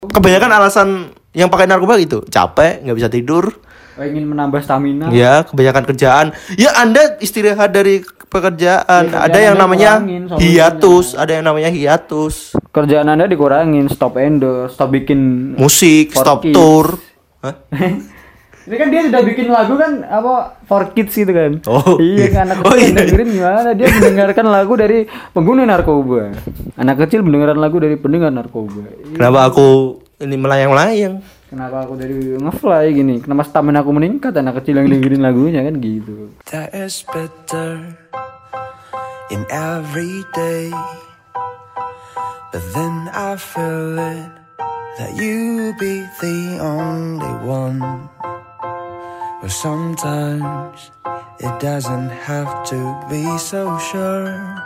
Kebanyakan alasan yang pakai narkoba gitu, capek, nggak bisa tidur, ingin menambah stamina. ya kebanyakan kerjaan. Ya Anda istirahat dari pekerjaan. Ya, ada yang Anda namanya kurangin hiatus, ada yang namanya hiatus. Kerjaan Anda dikurangin, stop endo, stop bikin Musik, for stop kids. tour. Hah? Ini kan dia sudah bikin lagu kan apa for kids gitu kan. Oh, iya kan anak kecil iya. dengerin gimana dia mendengarkan lagu dari pengguna narkoba. Anak kecil mendengarkan lagu dari pendengar narkoba. Kenapa aku ini melayang-layang? Kenapa aku dari ngefly gini? Kenapa stamina aku meningkat? Anak kecil yang dengerin lagunya kan gitu. There is better in every day, but then I feel it that you be the only one. But sometimes it doesn't have to be so sure.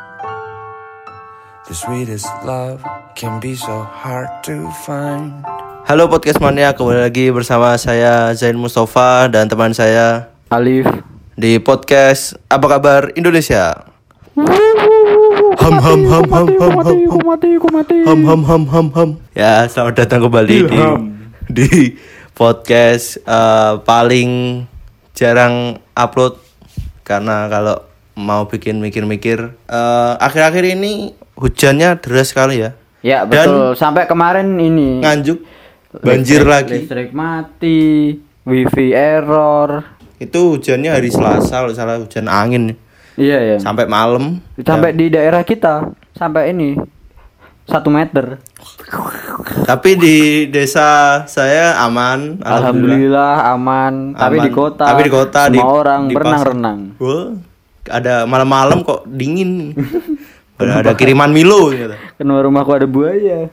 The sweetest love can be so hard to find. Halo Podcast Mania, kembali lagi bersama saya Zain Mustafa dan teman saya Alif di podcast Apa Kabar Indonesia. Ham ham ham ham ham ham ham. Ya, selamat datang kembali di podcast paling jarang upload karena kalau mau bikin mikir-mikir akhir-akhir ini hujannya deras sekali ya. Ya betul. Sampai kemarin ini Nganjuk banjir lagi. Listrik mati, wifi error. Itu hujannya hari Selasa kalau salah, hujan angin. Iya ya. Sampai malam. Sampai di daerah kita sampai ini 1 meter. Tapi di desa saya aman, Alhamdulillah aman. Tapi di kota semua orang berenang-renang. Ada malam-malam kok dingin. ada kiriman Milo gitu. Kenapa rumahku ada buaya?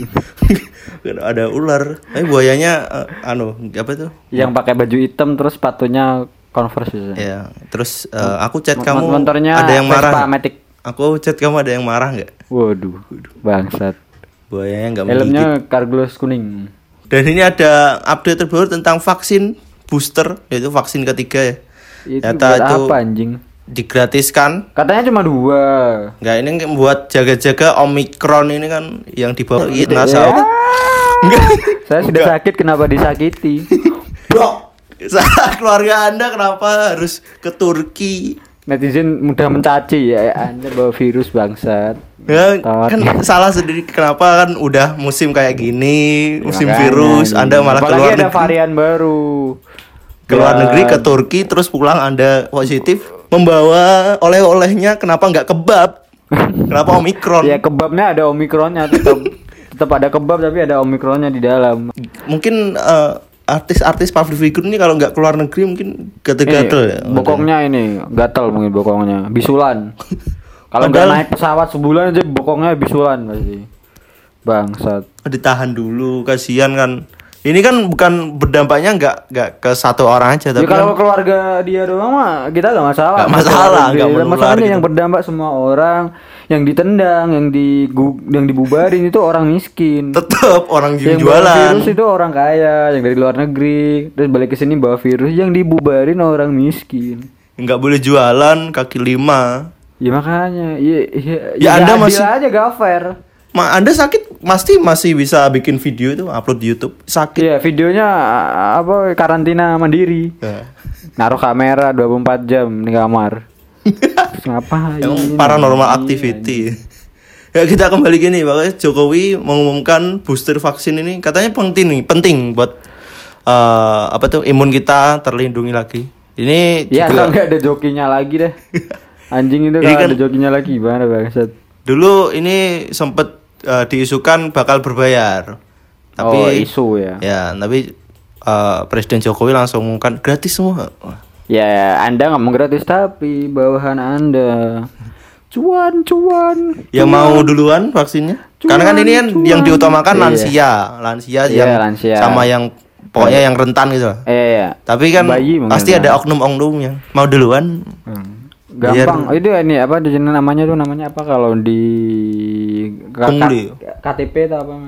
Ada ular. Buayanya apa tuh? Yang pakai baju hitam terus sepatunya Converse. Ya, terus aku chat kamu motornya ada yang marah. Matic. Aku chat kamu ada yang marah enggak? Waduh, bangsat. Buayanya enggak menggigit. Helmnya Carglass kuning. Dan ini ada update terbaru tentang vaksin booster, yaitu vaksin ketiga ya. Itu Ternyata buat itu apa anjing? digratiskan. Katanya cuma 2. Enggak, ini buat jaga-jaga Omicron ini kan yang dibawa NASA. Enggak. Saya sudah sakit, kenapa disakiti? Bro, keluarga Anda kenapa harus ke Turki? Netizen mudah mencaci ya, Anda bawa virus bangsat. Ya, kan salah sendiri, kenapa kan udah musim kayak gini, musim Makanya, virus, Anda malah apalagi keluar ada negeri. varian baru. Keluar Ya. negeri ke Turki terus pulang Anda positif, membawa oleh-olehnya, kenapa nggak kebab? Kenapa Omicron? Ya kebabnya ada omikronnya, tetap ada kebab tapi ada omikronnya di dalam. Mungkin artis-artis public figure ini kalau nggak keluar negeri mungkin gatel-gatel ya. Bokongnya ini gatal mungkin bokongnya, bisulan. Kalau nggak naik pesawat sebulan aja bokongnya bisulan pasti. Bangsat. Ditahan dulu, kasihan kan. Ini kan bukan berdampaknya nggak ke satu orang aja, Ya tapi kalau kan keluarga dia doang mah kita nggak masalah. Nggak masalah, nggak menular Masalahnya gitu. yang berdampak semua orang, yang ditendang, yang dibubarin itu orang miskin. tetap orang Yang bawa jualan. virus itu orang kaya, yang dari luar negeri, terus balik ke sini bawa virus, yang dibubarin orang miskin. Nggak boleh jualan kaki lima. Ya makanya, Ya, Anda adil masih- aja gak fair. Anda sakit masih bisa bikin video itu, upload di YouTube. Sakit. Iya, videonya apa karantina mandiri. Ya. Naruh kamera 24 jam di kamar. Terus ngapain? Yang paranormal activity. Ya kita kembali gini, makanya Jokowi mengumumkan booster vaksin ini katanya penting buat imun kita terlindungi lagi. Ini Ya juga kalau nggak ada jokinya lagi deh. Anjing itu Ini kalau kan- ada jokinya lagi gimana bangsat? dulu ini sempet diisukan bakal berbayar. Tapi Oh, isu ya. Ya, tapi Presiden Jokowi langsung mengumumkan gratis semua. Wah. Ya, Anda ngomong gratis tapi bawahan Anda cuan. Yang mau duluan vaksinnya? Karena kan ini kan yang diutamakan lansia Iya, yang lansia. sama yang pokoknya yang rentan gitu. Iya. Tapi kan Bayi mungkin pasti kan. ada oknum-oknum yang mau duluan. Gampang. Itu ini apa di sini namanya apa kalau di Pungli. KTP atau apa?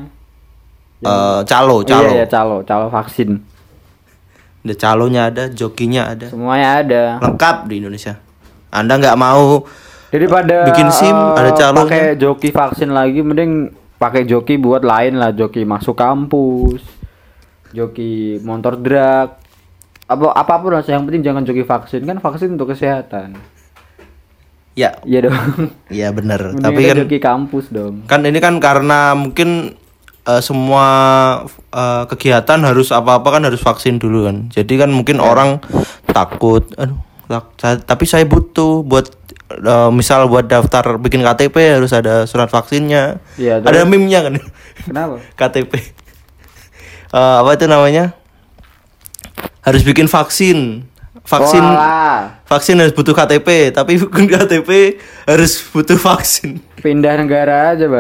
Calo. Iya, calo vaksin. Ada calonya, ada jokinya, ada. Semuanya ada. Lengkap di Indonesia. Anda nggak mau Daripada bikin SIM, ada calonya. pakai joki vaksin lagi mending pakai joki buat lain lah, joki masuk kampus, joki motor drag, apapun lah, yang penting jangan joki vaksin, kan vaksin untuk kesehatan. Ya. Iya dong. Iya benar. Mending Tapi ada kan joki kampus dong. kan ini kan karena mungkin semua kegiatan harus apa-apa kan harus vaksin dulu kan. Jadi kan mungkin orang takut. Tapi saya butuh buat misal buat daftar bikin KTP harus ada surat vaksinnya. Iya, Ada meme-nya kan. Kenapa? KTP. Apa itu namanya? Harus bikin vaksin. Vaksin harus butuh KTP, tapi bukan KTP harus butuh vaksin. Pindah negara aja, Bang.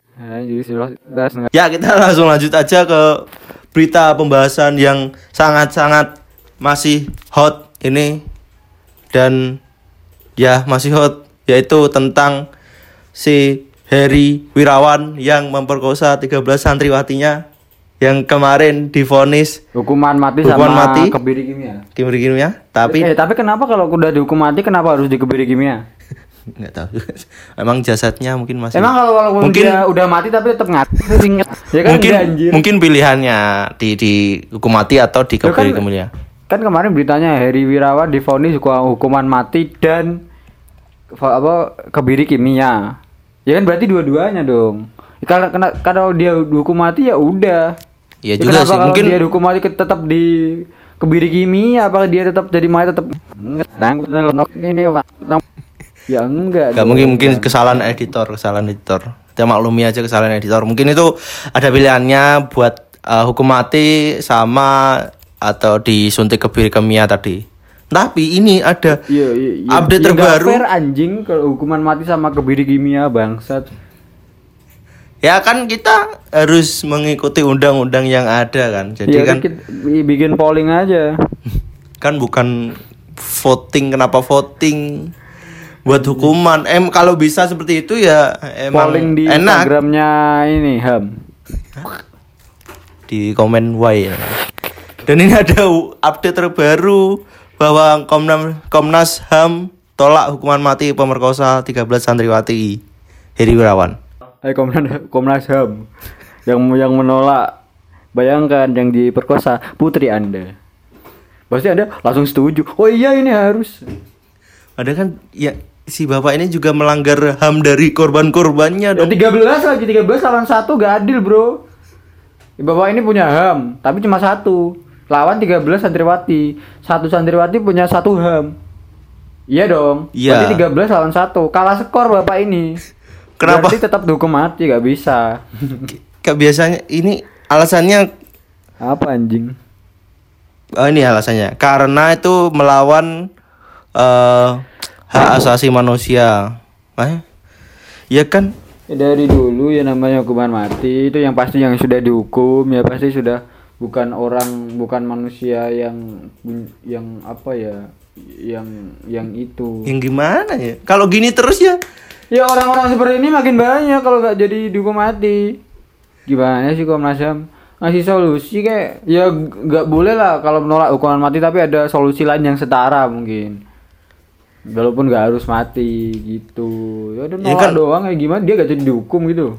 Ya, kita langsung lanjut aja ke berita pembahasan yang sangat-sangat masih hot ini. Dan ya masih hot, yaitu tentang si Heri Wirawan yang memperkosa 13 santriwatinya yang kemarin divonis hukuman mati kebiri kimia. Tapi kenapa kalau udah dihukum mati kenapa harus dikebiri kimia? Nggak tahu. Emang jasadnya mungkin masih. Emang kalau mungkin dia udah mati tapi tetap inget. Ya kan mungkin pilihannya di hukum mati atau dikebiri kimia. Kan kemarin beritanya Heri Wirawan divonis hukuman mati dan kebiri kimia. Ya kan berarti dua-duanya dong. Kalau dia dihukum mati ya udah. Ya juga sih. Mungkin Mungkin dia dihukum mati tetap di kebiri kimia, apakah dia tetap jadi mayat tetap ini Pak. Ya enggak. Mungkin kesalahan editor. Kita maklumi aja kesalahan editor. Mungkin itu ada pilihannya buat hukum mati sama atau disuntik kebiri kimia tadi. Tapi ini ada update terbaru. Fair anjing kalau hukuman mati sama kebiri kimia bangsat. Ya kan kita harus mengikuti undang-undang yang ada kan. Jadi kan bikin polling aja. Kan bukan voting, kenapa voting buat hukuman. Kalau bisa seperti itu ya emang polling di enak. Instagramnya ini Ham. Di komen Y ya. Dan ini ada update terbaru bahwa Komnas HAM tolak hukuman mati pemerkosa 13 santriwati Heri Wirawan. Komnas HAM yang menolak, bayangkan yang diperkosa putri Anda. Pasti Anda langsung setuju. Oh iya ini harus. Ada kan ya si bapak ini juga melanggar HAM dari korban-korbannya dong. 13 lawan 1 gak adil, Bro. Bapak ini punya HAM, tapi cuma 1. Lawan 13 santriwati. 1 santriwati punya 1 HAM. Iya dong. Iya. Berarti 13 lawan 1. Kalah skor bapak ini. Kenapa? Berarti tetap dihukum mati, gak bisa. Kayak biasanya ini alasannya apa anjing? Oh ini alasannya. Karena itu melawan hak asasi manusia. Ya kan? Dari dulu ya namanya hukuman mati itu yang pasti yang sudah dihukum ya pasti sudah bukan manusia yang apa ya yang itu. Yang gimana ya? Kalau gini terus ya orang-orang seperti ini makin banyak kalau nggak jadi dihukum mati. Gimana sih Komnas HAM ngasih solusi kayak ya nggak boleh lah kalau menolak hukuman mati tapi ada solusi lain yang setara mungkin. Walaupun nggak harus mati gitu. Ya udah nolak kan, doang kayak gimana dia nggak jadi dihukum gitu.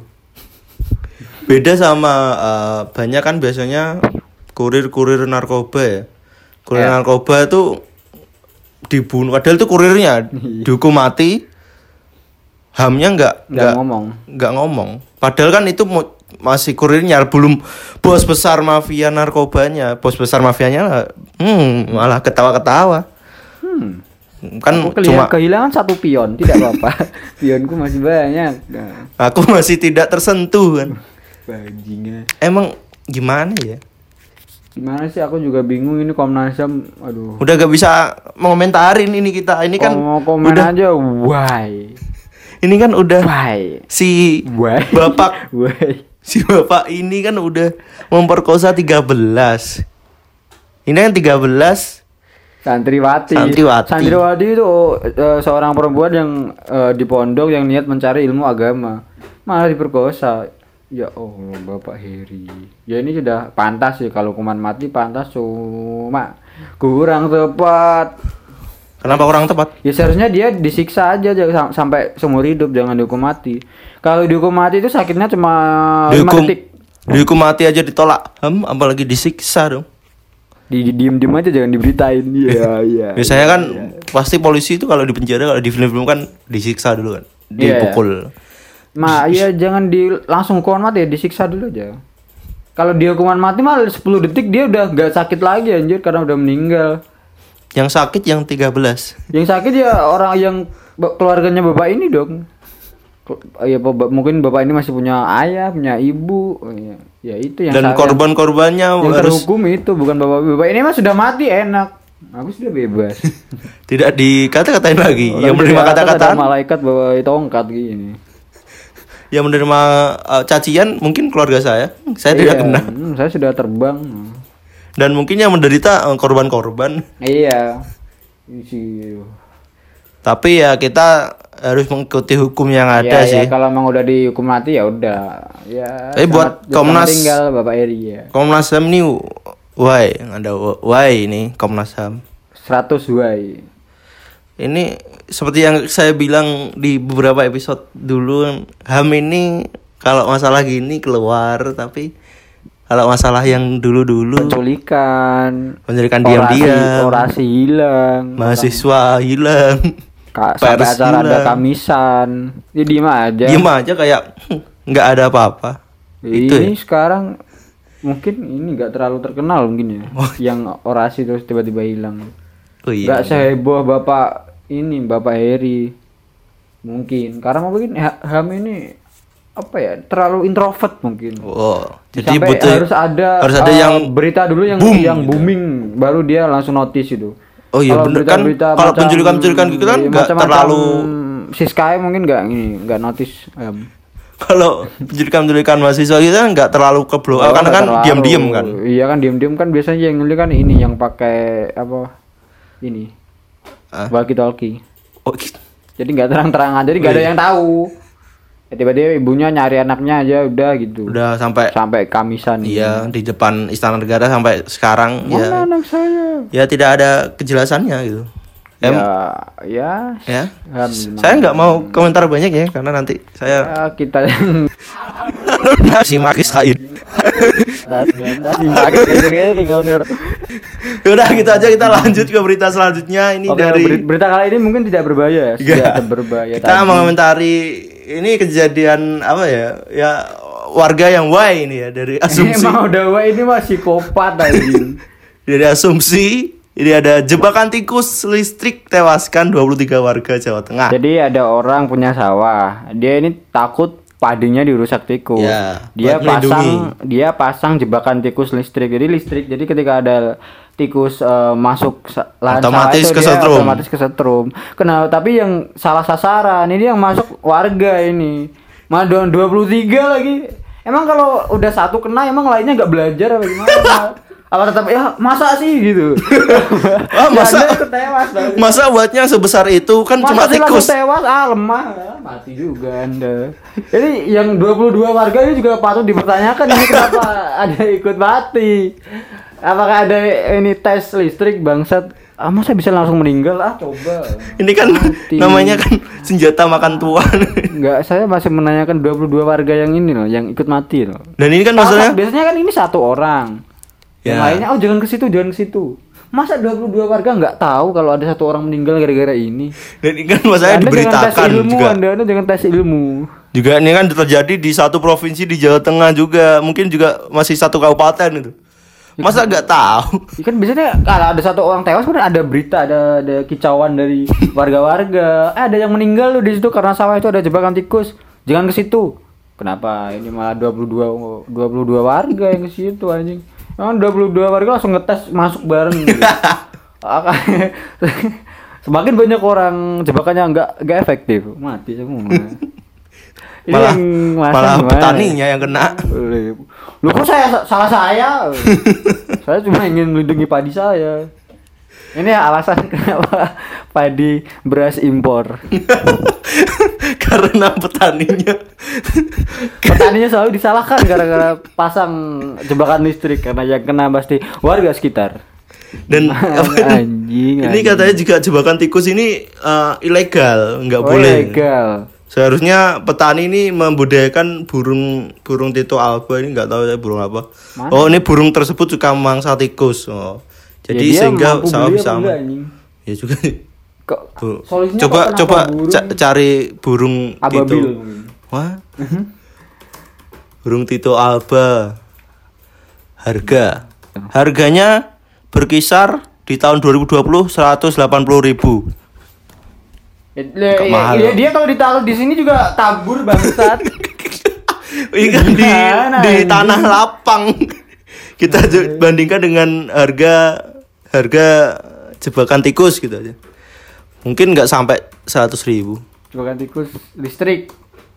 Beda sama banyak kan biasanya kurir narkoba ya. Kurir narkoba itu dibunuh padahal itu kurirnya dihukum mati. HAM-nya nggak ngomong. Padahal kan itu masih kurirnya belum bos besar mafia narkobanya. Bos besar mafianya malah ketawa-ketawa. Kan cuma kehilangan 1 pion, tidak apa-apa. Pionku masih banyak. Nah. Aku masih tidak tersentuh kan. Bajingan. Emang gimana ya? Gimana sih aku juga bingung ini Komnas HAM. Aduh. Udah gak bisa ngomentarin ini kita. Ini kan komen udah, aja why. Ini kan udah why. Si bapak si bapak ini kan udah memperkosa 13. Ini kan 13 Santriwati itu seorang perempuan yang di pondok yang niat mencari ilmu agama malah diperkosa. Ya Allah Bapak Heri. Ya ini sudah pantas sih kalau hukuman mati pantas cuma kurang tepat. Kenapa kurang tepat? Ya seharusnya dia disiksa aja sampai seumur hidup, jangan dihukum mati. Kalau dihukum mati itu sakitnya cuma 5 detik. Dihukum mati aja ditolak. Apalagi disiksa dong. Diem aja, jangan diberitain. Iya. Biasanya kan pasti polisi itu kalau di penjara, kalau di film-film kan disiksa dulu kan. Dipukul. Ya jangan langsung hukuman mati ya, disiksa dulu aja. Kalau dia hukuman mati malah 10 detik dia udah gak sakit lagi anjir karena udah meninggal. Yang sakit yang 13. Yang sakit ya orang yang keluarganya bapak ini dong. Ya mungkin bapak ini masih punya ayah, punya ibu. Ya itu yang. Dan korban-korbannya yang harus terhukum itu bukan bapak ini mah sudah mati enak. Aku sudah bebas. Tidak dikata-katain lagi. Yang menerima kata-kataan malaikat bawa tongkat gini. Yang menerima cacian mungkin keluarga saya. Saya tidak kena. Saya sudah terbang. Dan mungkin yang menderita korban-korban. Iya. Tapi ya kita harus mengikuti hukum yang ada sih. Ya kalau memang udah dihukum mati ya udah. Ya. Tapi buat Komnas tinggal Bapak Eri ya. Komnas HAM ini why ada why ini Komnas HAM 100 why. Ini seperti yang saya bilang di beberapa episode dulu, HAM ini kalau masalah gini keluar, tapi kalau masalah yang dulu-dulu penculikan diam-diam, orasi hilang, mahasiswa hilang, sampai acara ada kamisan, ya diem aja kayak nggak ada apa-apa. Ini sekarang mungkin ini nggak terlalu terkenal mungkin ya, yang orasi terus tiba-tiba hilang. Nggak seheboh Bapak Heri mungkin, karena mungkin HAM ini apa ya, terlalu introvert mungkin. Jadi harus ada yang berita dulu yang booming baru dia langsung notice itu. Oh iya bener kan, kalau penculikan gitu kan nggak terlalu. Siskae mungkin nggak notice. Kalau penculikan mahasiswa gitu kan nggak terlalu ke blow up, karena kan diam-diam kan. Iya kan diam-diam kan, biasanya yang nyulik kan ini yang pakai apa ini walkie-talkie. Jadi nggak terang-terangan, jadi nggak ada yang tahu. Tiba-tiba ibunya nyari anaknya aja udah gitu. Udah sampai kamisan. Iya, di depan Istana Negara sampai sekarang. Mana anak saya? Ya tidak ada kejelasannya gitu. Ya. Saya nggak mau komentar banyak ya, karena nanti saya kita si Makis Said. Udah gitu aja, kita lanjut ke berita selanjutnya. Ini dari berita kali ini mungkin tidak berbahaya, tidak berbahaya. Kita mengomentari ini kejadian apa ya? Ya warga yang why ini ya, dari asumsi. Emang udah why ini masih psikopat anjing. Dari asumsi ini ada jebakan tikus listrik tewaskan 23 warga Jawa Tengah. Jadi ada orang punya sawah, dia ini takut padinya dirusak tikus. Ya, dia pasang jebakan tikus listrik. Jadi ketika ada tikus masuk lahan otomatis sawah itu kesetrum. Kenapa? Tapi yang salah sasaran ini yang masuk warga ini. Malah 23 lagi. Emang kalau udah satu kena emang lainnya enggak belajar apa gimana? Apa tetap ya masa sih gitu. Masa buatnya sebesar itu kan cuma tikus. Tewas lemah mati juga Anda. Jadi yang 22 warga ini juga patut dipertanyakan, ini kenapa ada ikut mati. Apakah ada ini tes listrik bangsat? Masa bisa langsung meninggal? Coba. Ini kan mati. Namanya kan senjata makan tuan. Enggak, saya masih menanyakan 22 warga yang ini loh, yang ikut mati loh. Dan ini kan maksudnya biasanya kan ini satu orang. Yang lainnya jangan ke situ. Masa 22 warga nggak tahu kalau ada satu orang meninggal gara-gara ini? Dan ini kan maksudnya diberitakan juga. Anda jangan tes ilmu. Juga ini kan terjadi di satu provinsi di Jawa Tengah juga, mungkin juga masih satu kabupaten itu. Masa nggak tahu? Kan biasanya kalau ada satu orang tewas kan ada berita, ada kicauan dari warga-warga. Ada yang meninggal loh di situ karena sawah itu ada jebakan tikus. Jangan ke situ. Kenapa ini malah 22 warga yang ke situ anjing? Emang 22 warga langsung ngetes masuk bareng gitu. Semakin banyak orang jebakannya nggak efektif, mati semua. Malah petaninya yang kena. Lu kok salah saya? Saya cuma ingin melindungi padi saya. Ini alasan kenapa padi beras impor. Karena petaninya selalu disalahkan gara-gara pasang jebakan listrik, karena yang kena pasti warga sekitar. Dan apa ini? Ini katanya juga jebakan tikus ini ilegal, nggak boleh. Ilegal. Seharusnya petani ini membudidayakan burung Tito alba ini, nggak tahu ya burung apa. Mana? Oh, ini burung tersebut suka memangsa tikus. Oh. Jadi Ya, dia sehingga mampu sawah beli bisa apa aman. enggak, anjing? Ya juga. Kok Bu- solusinya coba kok kenapa coba burung cari burung ababil Tito. mungkin? Wah. Burung Tito alba. Harganya berkisar di tahun 2020 180.000. Kok mahal? Ya, dia kalau ditaruh di sini juga tabur bangsat. Ikan di Gimana, anjing? tanah lapang. Kita bandingkan dengan harga jebakan tikus gitu aja. Mungkin nggak sampai 100.000. Jebakan tikus listrik.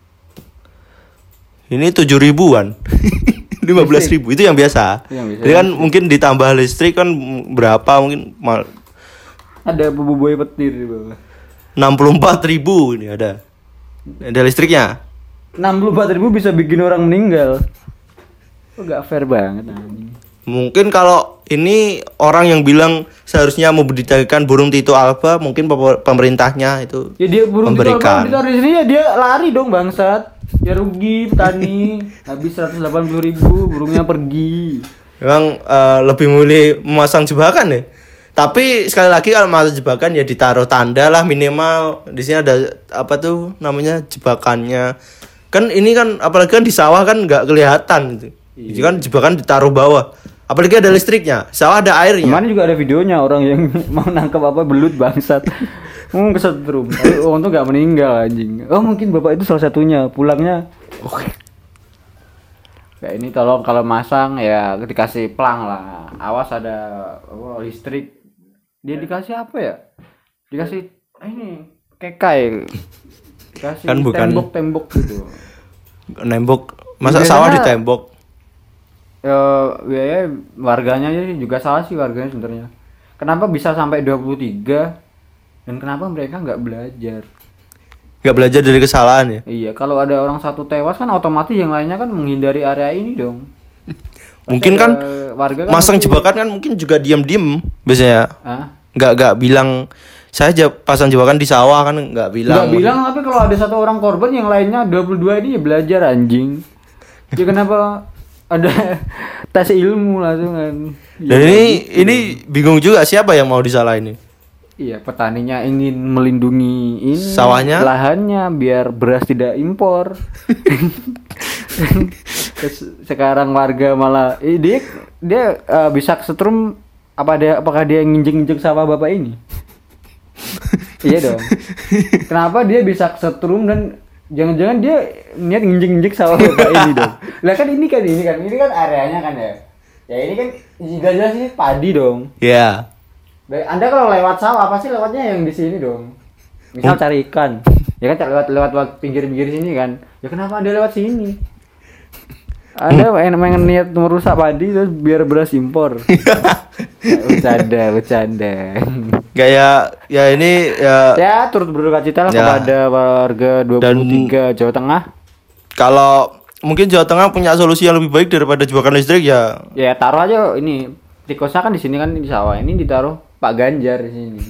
Ini 7.000-an. 15.000 itu yang biasa. Yang biasa. Jadi kan mungkin ditambah listrik kan berapa mungkin Ada buboy petir di bawah. 64.000 ini ada. Ada listriknya. 64.000 bisa bikin orang meninggal. Kok gak fair banget anjing. Mungkin kalau ini orang yang bilang seharusnya membudidayakan burung Tito alba, mungkin pemerintahnya itu Ya dia burung memberikan. ditaruh di sini ya dia lari dong bangsat. Ya rugi petani. Habis 180.000 burungnya pergi. Memang lebih milih memasang jebakan ya. Tapi sekali lagi kalau masang jebakan ya ditaruh tanda lah minimal. Di sini ada apa tuh namanya jebakannya. Kan ini kan apalagi kan di sawah kan nggak kelihatan gitu. Jadi kan jebakan ditaruh bawah. Apalagi ada listriknya. Sawah ada airnya. Kemarin juga ada videonya orang yang mau nangkep apa belut bangsat. Kesetrum. Tapi untung gak meninggal anjing. Oh mungkin bapak itu salah satunya. Pulangnya. Ya ini tolong kalau masang ya dikasih pelang lah. Awas ada listrik. Dia dikasih apa ya? Dikasih ini kekai. Dikasih Kan bukan- tembok-tembok gitu. Nembok. Masa Biasanya- sawah ditembok? Ya warganya juga salah sih warganya sebenarnya. Kenapa bisa sampai 23 dan kenapa mereka nggak belajar? Nggak belajar dari kesalahan ya. Iya, kalau ada orang satu tewas kan otomatis yang lainnya kan menghindari area ini dong. Mungkin Ada kan warga kan masang mesti- jebakan kan mungkin juga diam-diam biasanya. Hah? Nggak bilang saya pasang jebakan di sawah kan nggak bilang. Nggak bilang, tapi kalau ada satu orang korban yang lainnya 22 ini ya belajar anjing. Ya kenapa ada tes ilmu langsung kan? Ya, Dan ini bingung juga siapa yang mau disalahin ini. iya, petaninya ingin melindungi ini Sawahnya? lahannya biar beras tidak impor. Terus sekarang warga malah dia bisa kesetrum apakah dia nginjek-injek sawah bapak ini? Iya dong. Kenapa dia bisa kesetrum dan jangan-jangan dia niat nginjek-injek sawah bapak ini dong? Lah kan ini kan areanya kan ya. Ya ini kan jelas ini padi dong. Ya. Anda kalau lewat sawah pasti lewatnya yang di sini dong. Misal cari ikan, ya kan lewat pinggir-pinggir sini kan. Ya kenapa Anda lewat sini? Anda pengen niat merusak padi terus biar beras impor. Bercanda. Kayak ya ini ya Ya turut berduka cita lah Ya. kepada warga 23 Jawa Tengah. kalau mungkin Jawa Tengah punya solusi yang lebih baik daripada jebakan listrik ya. Ya taruh aja ini tikusnya kan di sini kan di sawah ini ditaruh Pak Ganjar di sini.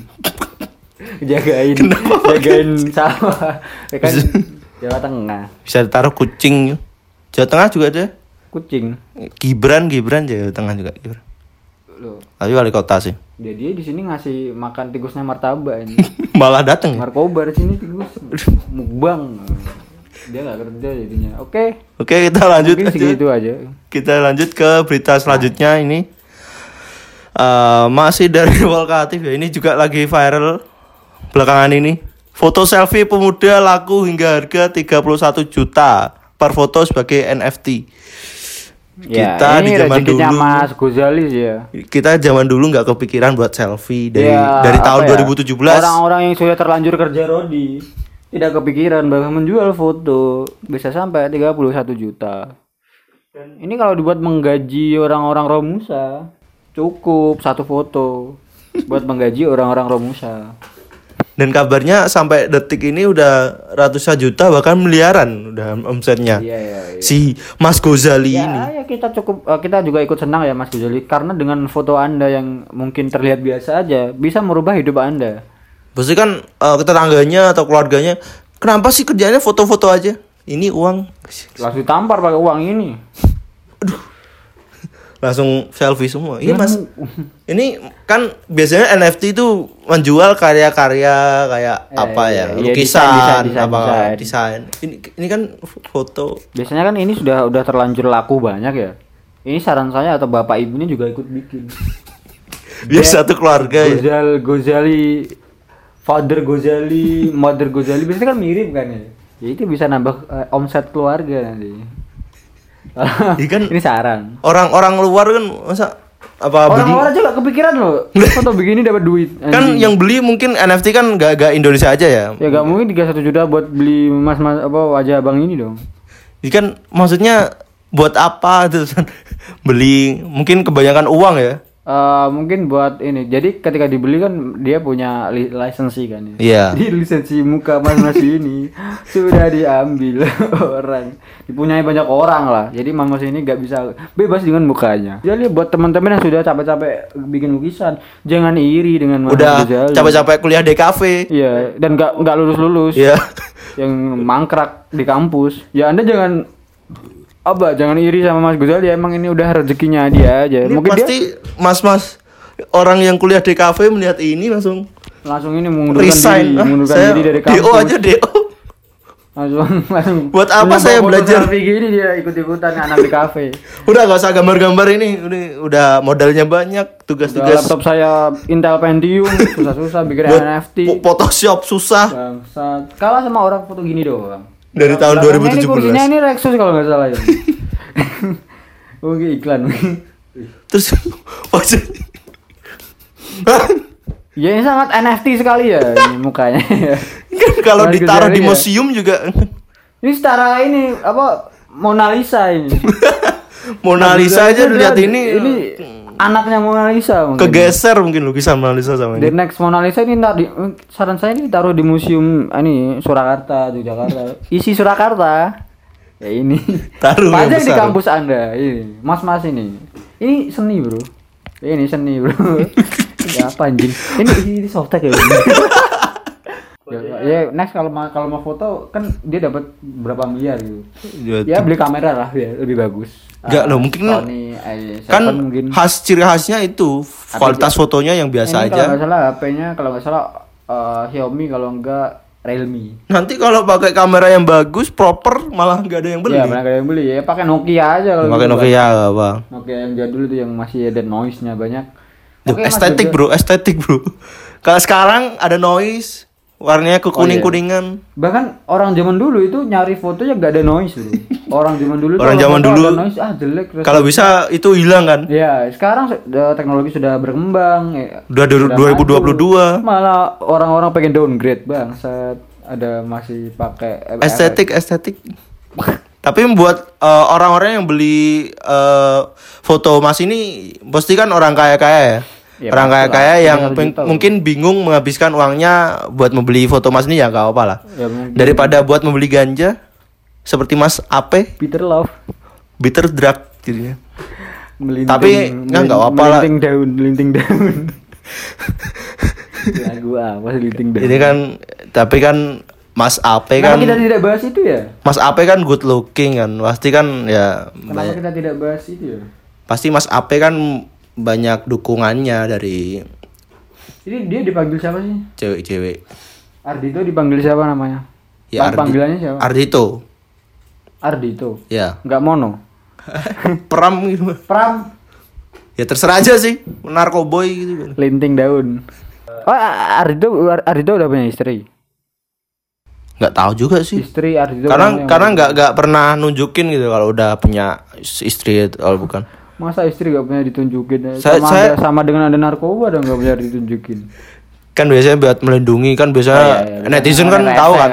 Jagain sawah. Ya kan Jawa Tengah. Bisa ditaruh kucing. Jawa Tengah juga ada. Kucing. Gibran Jawa Tengah juga. Gibran. Loh, Tapi wali kota sih. dia di sini ngasih makan tikusnya martabak ini. Malah dateng ya. Narkoba di sini tikus mukbang. Dia nggak kerja jadinya. Oke. Oke, kita lanjut Mungkin aja. segitu aja. Kita lanjut ke berita selanjutnya ini. Masih dari Volkatif ya. Ini juga lagi viral belakangan ini. Foto selfie pemuda laku hingga harga 31 juta per foto sebagai NFT. Kita di ini zaman rezekinya dulu, Mas Gozali sih ya. kita zaman dulu nggak kepikiran buat selfie Ya, dari tahun apa ya, 2017. Orang-orang yang sudah terlanjur kerja rodi tidak kepikiran bahwa menjual foto bisa sampai 31 juta. Ini kalau dibuat menggaji orang-orang Romusa, cukup satu foto buat menggaji orang-orang Romusa. Dan kabarnya sampai detik ini udah ratusan juta bahkan miliaran udah omsetnya. Iya. Si Mas Gozali ini. Ya kita juga ikut senang ya Mas Gozali karena dengan foto Anda yang mungkin terlihat biasa aja bisa merubah hidup Anda. Pasti kan tetangganya atau keluarganya, kenapa sih kerjanya foto-foto aja? Ini uang Langsung ditampar pakai uang ini. langsung selfie semua. Iya Mas. Ini kan biasanya NFT itu menjual karya-karya kayak lukisan, desain. Ini kan foto. Biasanya kan ini sudah terlanjur laku banyak ya. Ini saran saya atau bapak ibu ini juga ikut bikin. Biar satu keluarga ya. Gozali, father Gozali, mother Gozali biasanya kan mirip kan ya. Ya itu bisa nambah omset keluarga nanti. Kan ini saran. Orang-orang luar kan masa apa orang-orang juga kepikiran loh. Foto begini dapat duit. Kan yang beli mungkin NFT kan gak Indonesia aja ya. Ya gak mungkin 31 juta buat beli mas-mas apa wajah abang ini dong. Ini kan maksudnya buat apa terus beli mungkin kebanyakan uang ya. Mungkin buat ini. Jadi ketika dibeli kan dia punya lisensi kan ya. Iya. Di lisensi muka mas ini sudah diambil orang. Dipunyai banyak orang lah. Jadi mas ini nggak bisa bebas dengan mukanya. Jadi buat teman-teman yang sudah capek-capek bikin lukisan, jangan iri dengan mas. Udah capek-capek kuliah di kafe. Iya. Dan nggak lulus. Iya. Yang mangkrak di kampus. Ya Anda jangan iri sama Mas Gozali, emang ini udah rezekinya dia aja. Ini mungkin pasti mas-mas orang yang kuliah di kafe melihat ini langsung ini mengundurkan diri dari kampus. DO aja DO. Langsung. Buat apa saya belajar? Gini dia ikut-ikutan anak di kafe. Udah gak usah gambar-gambar ini udah modalnya banyak, tugas-tugas. Laptop saya Intel Pentium, susah-susah bikin NFT. Photoshop susah. Bangsat. Kalah sama orang foto gini doang. Dari tahun 2017. Ini kursinya ini Rexus kalau nggak salah ya. Oke iklan. Terus ya ini sangat NFT sekali ya ini mukanya. Kan kalau ditaruh di museum juga. Ini setara ini apa Mona Lisa ini. Mona Lisa aja lihat ini anaknya Mona Lisa mungkin. Kegeser mungkin lukisan Mona Lisa sama ini. The next Mona Lisa ini saran saya ini ditaruh di museum ini Surakarta di Jakarta. Isi Surakarta. Ya ini. Taruh pajak di kampus Anda ini. Mas-mas ini. Ini seni, Bro. Ini seni, Bro. Ya apa anjing? Ini softtek ya. Ya next kalau mau foto kan dia dapat berapa miliar gitu. Ya beli kamera lah ya lebih bagus. Enggak loh mungkin Sony, kan mungkin ciri khasnya itu kualitas fotonya yang biasa aja. Kalau nggak salah HP-nya kalau nggak salah Xiaomi kalau enggak Realme. Nanti kalau pakai kamera yang bagus proper malah nggak ada yang beli. Iya malah nggak ada yang beli ya pakai Nokia aja kalau. Pakai Nokia apa? Nokia yang jadul itu yang masih ada noise-nya banyak. Estetik bro. Kalau sekarang ada noise. Warnanya kekuning-kuningan. Bahkan orang zaman dulu itu nyari fotonya gak ada noise bro. Orang zaman dulu ada noise jelek. Kalau bisa itu hilang kan? Iya, sekarang teknologi sudah berkembang. Udah 2022. Malah orang-orang pengen downgrade bang. Saat ada masih pakai estetik. Tapi buat orang-orang yang beli foto Mas ini pasti kan orang kaya-kaya ya. Ya, orang kaya-kaya yang mungkin bingung menghabiskan uangnya buat membeli foto Mas ini ya gak apa-apa lah. Ya, daripada buat membeli ganja seperti Mas Ape. Bitter love. Bitter drug jadinya. Tapi nggak apa-apa lah. Linting daun. Lagu apa linting daun? Ini kan tapi kan Mas Ape kan. Kenapa kita tidak bahas itu ya? Mas Ape kan good looking kan. Pasti kan ya. Kenapa kita tidak bahas itu ya? Pasti Mas Ape kan banyak dukungannya dari. Ini dia dipanggil siapa sih? Cewek-cewek. Ardito dipanggil siapa namanya? Ya panggilannya siapa? Ardito. Ya. Enggak mono. Pram gitu. Pram. Ya terserah aja sih, narkoboy gitu kan. Linting daun. Oh, Ardito udah punya istri. Nggak tahu juga sih. Istri Ardito. Karena nggak pernah nunjukin gitu kalau udah punya istri atau bukan. Masa istri gak punya ditunjukin? Sama dengan ada narkoba dan gak punya ditunjukin. Kan biasanya buat melindungi kan biasanya netizen kan tahu kan.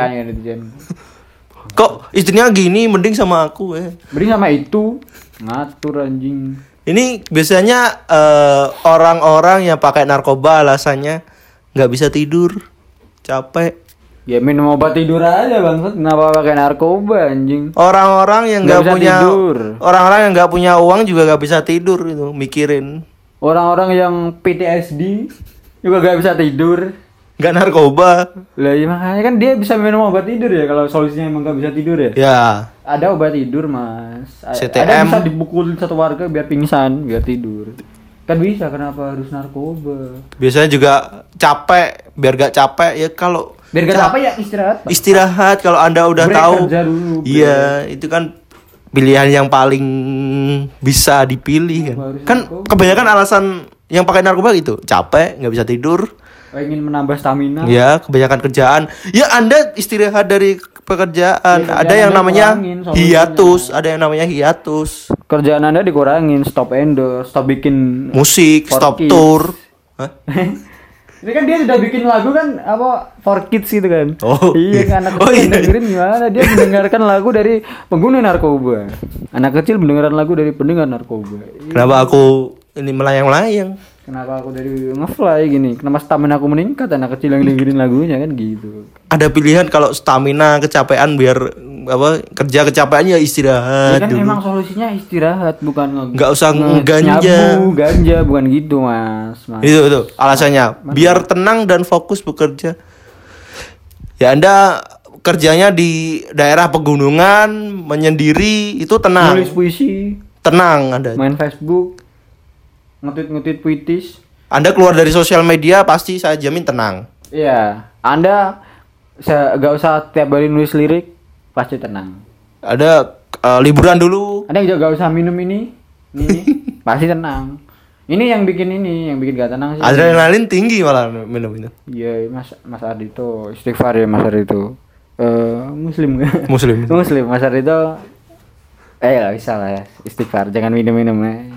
Kok istrinya gini mending sama aku ya. Mending sama itu ngatur anjing. Ini biasanya orang-orang yang pakai narkoba alasannya nggak bisa tidur. capek. Ya minum obat tidur aja bangsat, kenapa pakai narkoba anjing? Orang-orang yang Nggak nggak bisa punya tidur. orang-orang yang nggak punya uang juga nggak bisa tidur itu mikirin. Orang-orang yang PTSD juga gak bisa tidur. Nggak narkoba. Lah ya makanya kan dia bisa minum obat tidur ya kalau solusinya emang gak bisa tidur ya. Ya. Ada obat tidur mas. CTM. Ada bisa dipukulin satu warga biar pingsan biar tidur. Kan bisa, kenapa harus narkoba? Biasanya juga capek, biar gak capek ya kalau Biar gak capek ya istirahat. Pak. istirahat kalau Anda udah Break tahu. kerja dulu, break. Iya, itu kan pilihan yang paling bisa dipilih kan. Harus Kan narkoba. kebanyakan alasan yang pakai narkoba gitu, capek, nggak bisa tidur. Ingin menambah stamina. Ya, kebanyakan kerjaan. Ya, Anda istirahat dari pekerjaan. Ya, ada kerjaan yang Anda namanya kurangin solusinya. hiatus, ada yang namanya hiatus. Kerjaan Anda dikurangin, stop endorse, stop bikin Musik, For stop kids. tour. Hah? Ini kan dia sudah bikin lagu kan apa for kids gitu kan. Oh, iya kan anak oh, kecil iya. dengerin gimana dia mendengarkan lagu dari pengguna narkoba. Anak kecil mendengarkan lagu dari pendengar narkoba. Kenapa aku ini melayang-layang? Kenapa aku dari ngefly gini? Kenapa stamina aku meningkat anak kecil yang dengerin lagunya kan gitu. Ada pilihan kalau stamina kecapean biar apa kerja kecapean ya istirahat Ya kan dulu. emang solusinya istirahat bukan Nggak usah ngeganja. nyabu, ganja bukan gitu mas. Itu alasannya biar tenang dan fokus bekerja. Ya Anda kerjanya di daerah pegunungan menyendiri itu tenang. Nulis puisi, Tenang Anda. main Facebook, ngetweet puitis. Anda keluar dari sosial media pasti saya jamin tenang. Iya, Anda gak usah tiap hari nulis lirik, pasti tenang. Ada liburan dulu. Anda juga gak usah minum ini, pasti tenang. Ini yang bikin gak tenang sih. Adrenalin tinggi malah minum itu. Iya, Mas Ardito, istighfar ya Mas Ardito. Muslim gak? Muslim. Muslim, Mas Ardito. Gak bisa lah ya, istighfar, jangan minum-minum mas.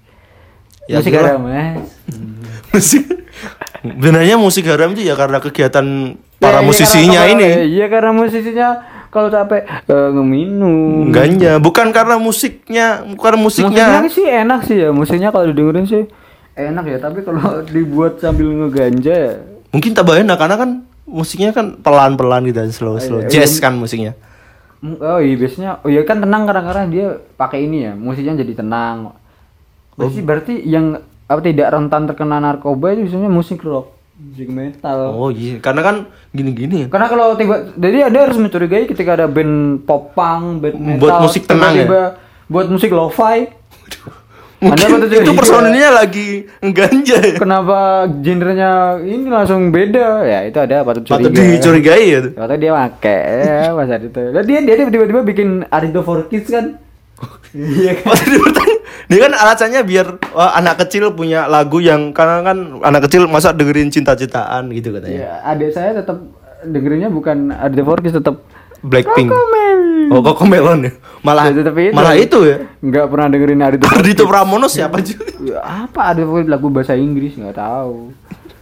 Ya, Musik gitulah. haram mas. Musik. Sebenarnya musik haram itu ya karena kegiatan para Ya, iya, musisinya karena- ini. Iya karena musisinya kalau capek ngeminum. Enggaknya, bukan karena musiknya. Musiknya sih enak sih ya, musiknya kalau didengerin sih enak ya. Tapi kalau dibuat sambil ngeganja ya, Mungkin tambah enak karena kan musiknya kan pelan-pelan gitu, slow. Iya, Jazz kan musiknya. oh iya biasanya, oh iya kan tenang karena dia pakai ini ya, musiknya jadi tenang. Berarti yang apa tidak rentan terkena narkoba itu biasanya musik rock, musik metal. Oh iya, karena kan gini-gini. Karena kalau jadi Anda harus mencurigai ketika ada band pop punk, band metal, Buat musik tenang ya? tiba-tiba buat musik lo-fi. Mungkin Anda patut itu curiga. personilnya lagi ngeganja ya. Kenapa genrenya ini langsung beda? Ya itu ada patut curiga. Patut dicurigai ya tuh. Atau dia pakai ya Mas Ardito. Lah dia tiba-tiba bikin Ardito for Kids kan? Iya kan? Patut bertanya. Dia kan alasannya biar anak kecil punya lagu yang karena kan anak kecil masa dengerin cinta-cintaan gitu katanya. Iya, adik saya tetap dengerinnya bukan Ardito for Kids, tetap Blackpink. Cocomelon. Oh, Cocomelon ya. Malah Ya, tetap itu. malah itu ya. Nggak pernah dengerin Ardito for Ardito Pramono siapa juga? Ya, apa ada lagu bahasa Inggris nggak tahu.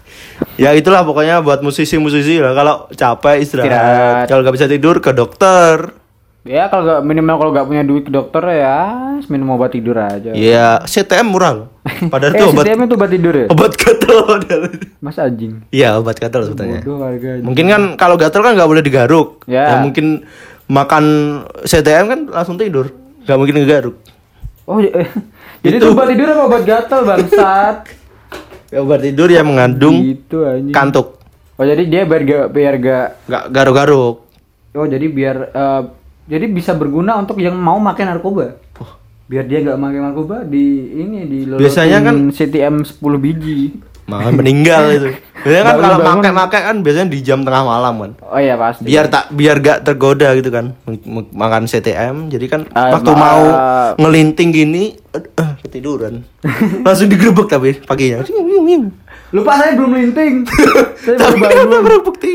Ya itulah pokoknya buat musisi-musisi lah kalau capek istirahat. Istirahat. Kalau nggak bisa tidur ke dokter. Ya kalau nggak punya duit ke dokter ya minum obat tidur aja. Ya CTM murah loh. Padahal itu obat CTM itu obat tidur ya? obat gatel padahal. Mas anjing. Iya obat gatel sebetulnya. Bodoh harganya. Mungkin kan kalau gatel kan nggak boleh digaruk. Ya. Mungkin makan CTM kan langsung tidur. Nggak mungkin ngegaruk. Oh, jadi itu obat tidur apa obat gatal bangsat? Ya, obat tidur yang mengandung Gitu anjing. kantuk. Oh jadi dia biar gak. Nggak garuk-garuk. Oh jadi biar jadi bisa berguna untuk yang mau makan narkoba. Biar dia nggak makan narkoba di Biasanya kan- CTM 10 biji. Malah meninggal itu. Biasanya kan kalau Bangun-bangun. makan kan biasanya di jam tengah malam kan. Oh iya pasti. Biar gak tergoda gitu kan makan CTM. Jadi kan waktu ma- mau ngelinting gini ketiduran. Langsung digerebek tapi paginya. Lupa saya belum linting. Saya Tapi baru kenapa bangun. berbukti?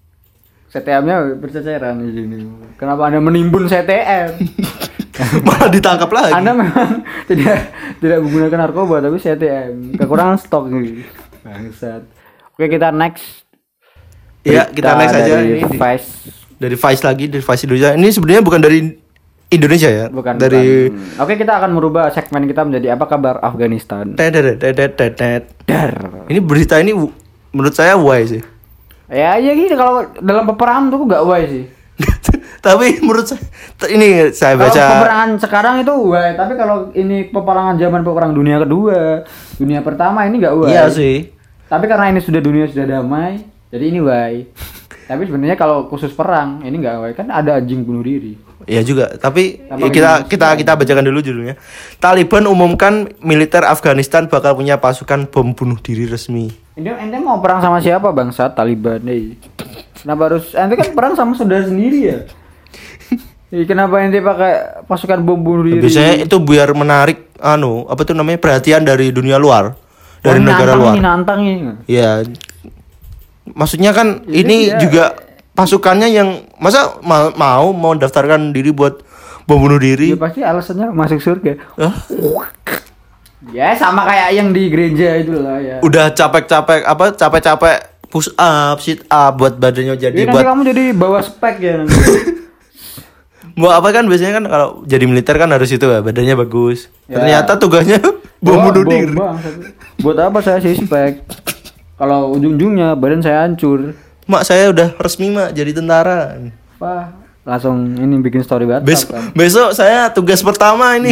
CTM-nya berceceran di sini. Kenapa Anda menimbun CTM? Malah ditangkap lagi. Anda memang tidak menggunakan narkoba tapi CTM. Kekurangan stok nih. Bangsat. Oke, kita next. Iya, kita next aja dari ini Vice. dari Vice lagi, dari Vice Indonesia. Ini sebenarnya bukan dari Indonesia ya. Bukan. Dari bukan. Oke, kita akan merubah segmen kita menjadi apa kabar Afghanistan. Tetet. Dar. Ini berita ini menurut saya why sih. Ya gini kalau dalam peperangan tuh nggak wise sih. Tapi menurut saya ini saya Kalau baca peperangan sekarang itu wise, tapi kalau ini peperangan zaman peperangan dunia kedua, dunia pertama ini nggak wise. iya sih. Tapi karena ini dunia sudah damai, jadi ini wise. Tapi sebenarnya kalau khusus perang ini nggak wise, kan ada anjing bunuh diri. Iya juga, tapi Apa kita bacakan dulu judulnya. Taliban umumkan militer Afghanistan bakal punya pasukan bom bunuh diri resmi. Ini ente mau perang sama siapa bangsa Taliban nih? Kenapa harus ente kan perang sama saudara sendiri ya? Kenapa ente pakai pasukan bom bunuh diri? Biasanya itu biar menarik apa tuh namanya perhatian dari dunia luar, dari negara luar. Nantang ini. Iya. Maksudnya kan Jadi ini dia- juga pasukannya yang masa mau daftarkan diri buat bom bunuh diri. Ya pasti alasannya masuk surga. Hah? Ya sama kayak yang di gereja itu lah ya. Udah capek-capek push up, sit up buat badannya jadi Jadi nanti buat kamu jadi bawa spek ya nanti. buat apa kan biasanya kan kalau jadi militer kan harus itu ya badannya bagus. Ya. Ternyata tugasnya bom bunuh diri. Buat apa saya sih spek? Kalau ujung-ujungnya badan saya hancur. Mak saya udah resmi mak jadi tentara. Wah, langsung ini bikin story WhatsApp kan. Besok saya tugas pertama ini.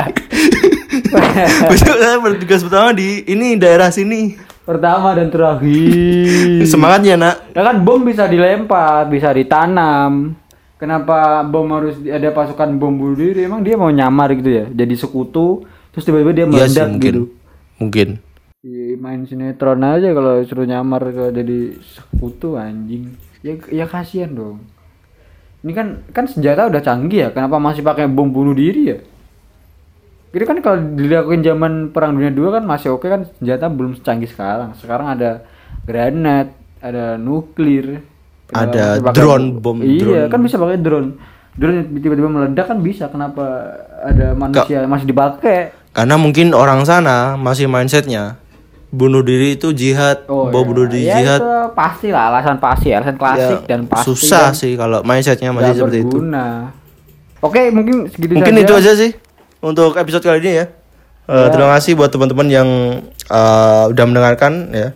Besok saya bertugas pertama di ini daerah sini. Pertama dan terakhir. Semangatnya nak. Ya kan bom bisa dilempar, bisa ditanam. Kenapa bom harus ada pasukan bom bunuh diri? Emang dia mau nyamar gitu ya? Jadi sekutu, terus tiba-tiba dia Iya sih, meledak gitu. Mungkin. Iya, main sinetron aja kalau suruh nyamar ke jadi sekutu anjing. Ya kasihan dong. Ini kan senjata udah canggih ya, kenapa masih pakai bom bunuh diri ya? Jadi kan kalau dilakuin zaman Perang Dunia II kan masih oke kan, senjata belum secanggih sekarang. Sekarang ada granat, ada nuklir, Ada masih pakai- drone, bom Iya, drone. kan bisa pakai drone. Drone tiba-tiba meledak kan bisa. Kenapa ada manusia masih dipakai? Karena mungkin orang sana masih mindsetnya bunuh diri itu jihad, bom bunuh diri ya, jihad. itu pasti lah, alasan klasik Ya, dan pasti susah kan sih kalau mindsetnya masih nggak seperti itu. berguna. Oke, mungkin segitu Mungkin saja. itu aja sih untuk episode kali ini ya. Terima kasih buat teman-teman yang udah mendengarkan ya.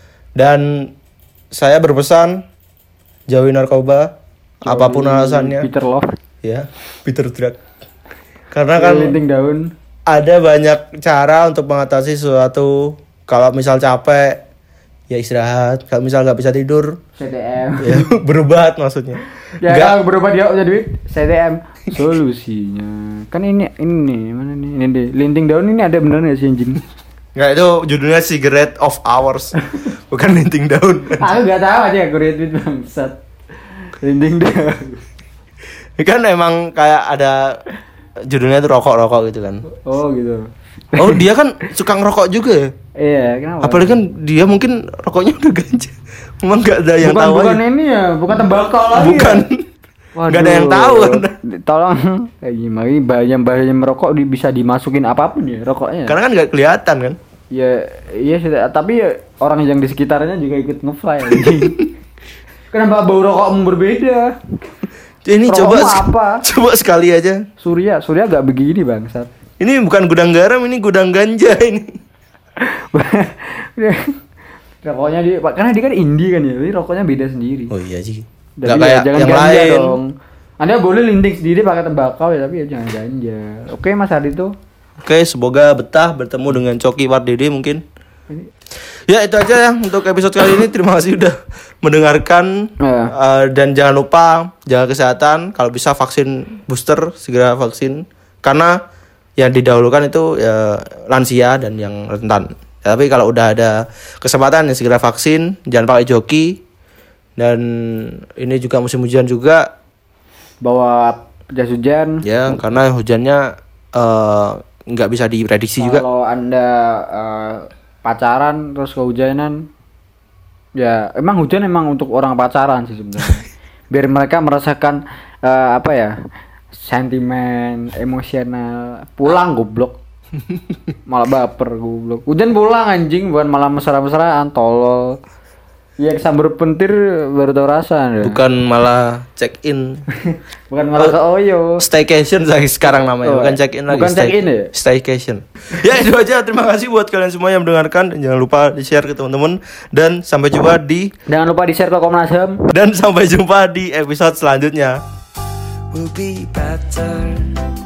Dan saya berpesan jauhi narkoba apapun alasannya Peter Love, ya, bitter drug. Karena kan linting daun. ada banyak cara untuk mengatasi sesuatu. Kalau misal capek ya istirahat, kalau misal nggak bisa tidur CTM. ya berobat maksudnya. Ya Nggak- kalau berubah dia jadi CTM solusinya. Kan ini mana nih? Ini deh. Linting daun ini ada beneran ya sih anjing? Nggak, itu judulnya Cigarette of Hours. Bukan linting daun. Aku enggak tahu aja aku retweet bangsat. Linting daun. Kan emang kayak ada judulnya itu rokok-rokok gitu kan. Oh gitu. Oh dia kan suka ngerokok juga ya. Iya, kenapa? Apalagi kan dia mungkin rokoknya udah ganja. Memang nggak ada yang tahu bukan aja. ini ya, bukan tembakau lagi. Bukan. Ya? Nggak ada yang tahu kan. Tolong kayak gimana ini bahaya merokok bisa dimasukin apapun ya rokoknya. Karena kan nggak kelihatan kan. Ya iya sih, tapi ya, orang yang di sekitarnya juga ikut ngefly anjing. Kenapa bau rokokmu berbeda? Ini Rokokmu coba apa? coba sekali aja. Surya gak begini bangsat. Ini bukan gudang garam, ini gudang ganja ini. Rokoknya dia, karena dia kan indie kan ya, jadi rokoknya beda sendiri. Oh iya sih. Jadi Nggak ya kayak jangan yang ganja lain. dong. Anda boleh linting sendiri pakai tembakau ya, tapi ya jangan ganja. Oke Mas Ardito. Oke, semoga betah bertemu dengan Coki Wardede mungkin. Ya itu aja ya untuk episode kali ini. Terima kasih udah mendengarkan. Ya. Dan jangan lupa jaga kesehatan. Kalau bisa vaksin booster, segera vaksin. Karena yang didahulukan itu ya lansia dan yang rentan. Tapi kalau udah ada kesempatan ya segera vaksin. Jangan pakai joki. Dan ini juga musim hujan juga. Bawa jas hujan. Ya karena hujannya nggak bisa diprediksi juga. Kalau Anda pacaran terus kehujanan, ya emang hujan emang untuk orang pacaran sih sebenarnya. Biar mereka merasakan apa ya, sentimen emosional. Pulang goblok. Malah baper goblok. Hujan pulang anjing, bukan malah mesra-mesraan tolol. Iya sambur pentir baru tau rasa. Bukan malah check in. Bukan malah ke Oyo. Staycation sekarang namanya, bukan check in lagi. Bukan check in ya? Staycation. Ya itu aja. Terima kasih buat kalian semua yang mendengarkan. Jangan lupa di-share ke teman-teman dan sampai jumpa di Jangan lupa di-share ke Komnas HAM. dan sampai jumpa di episode selanjutnya. Will be better.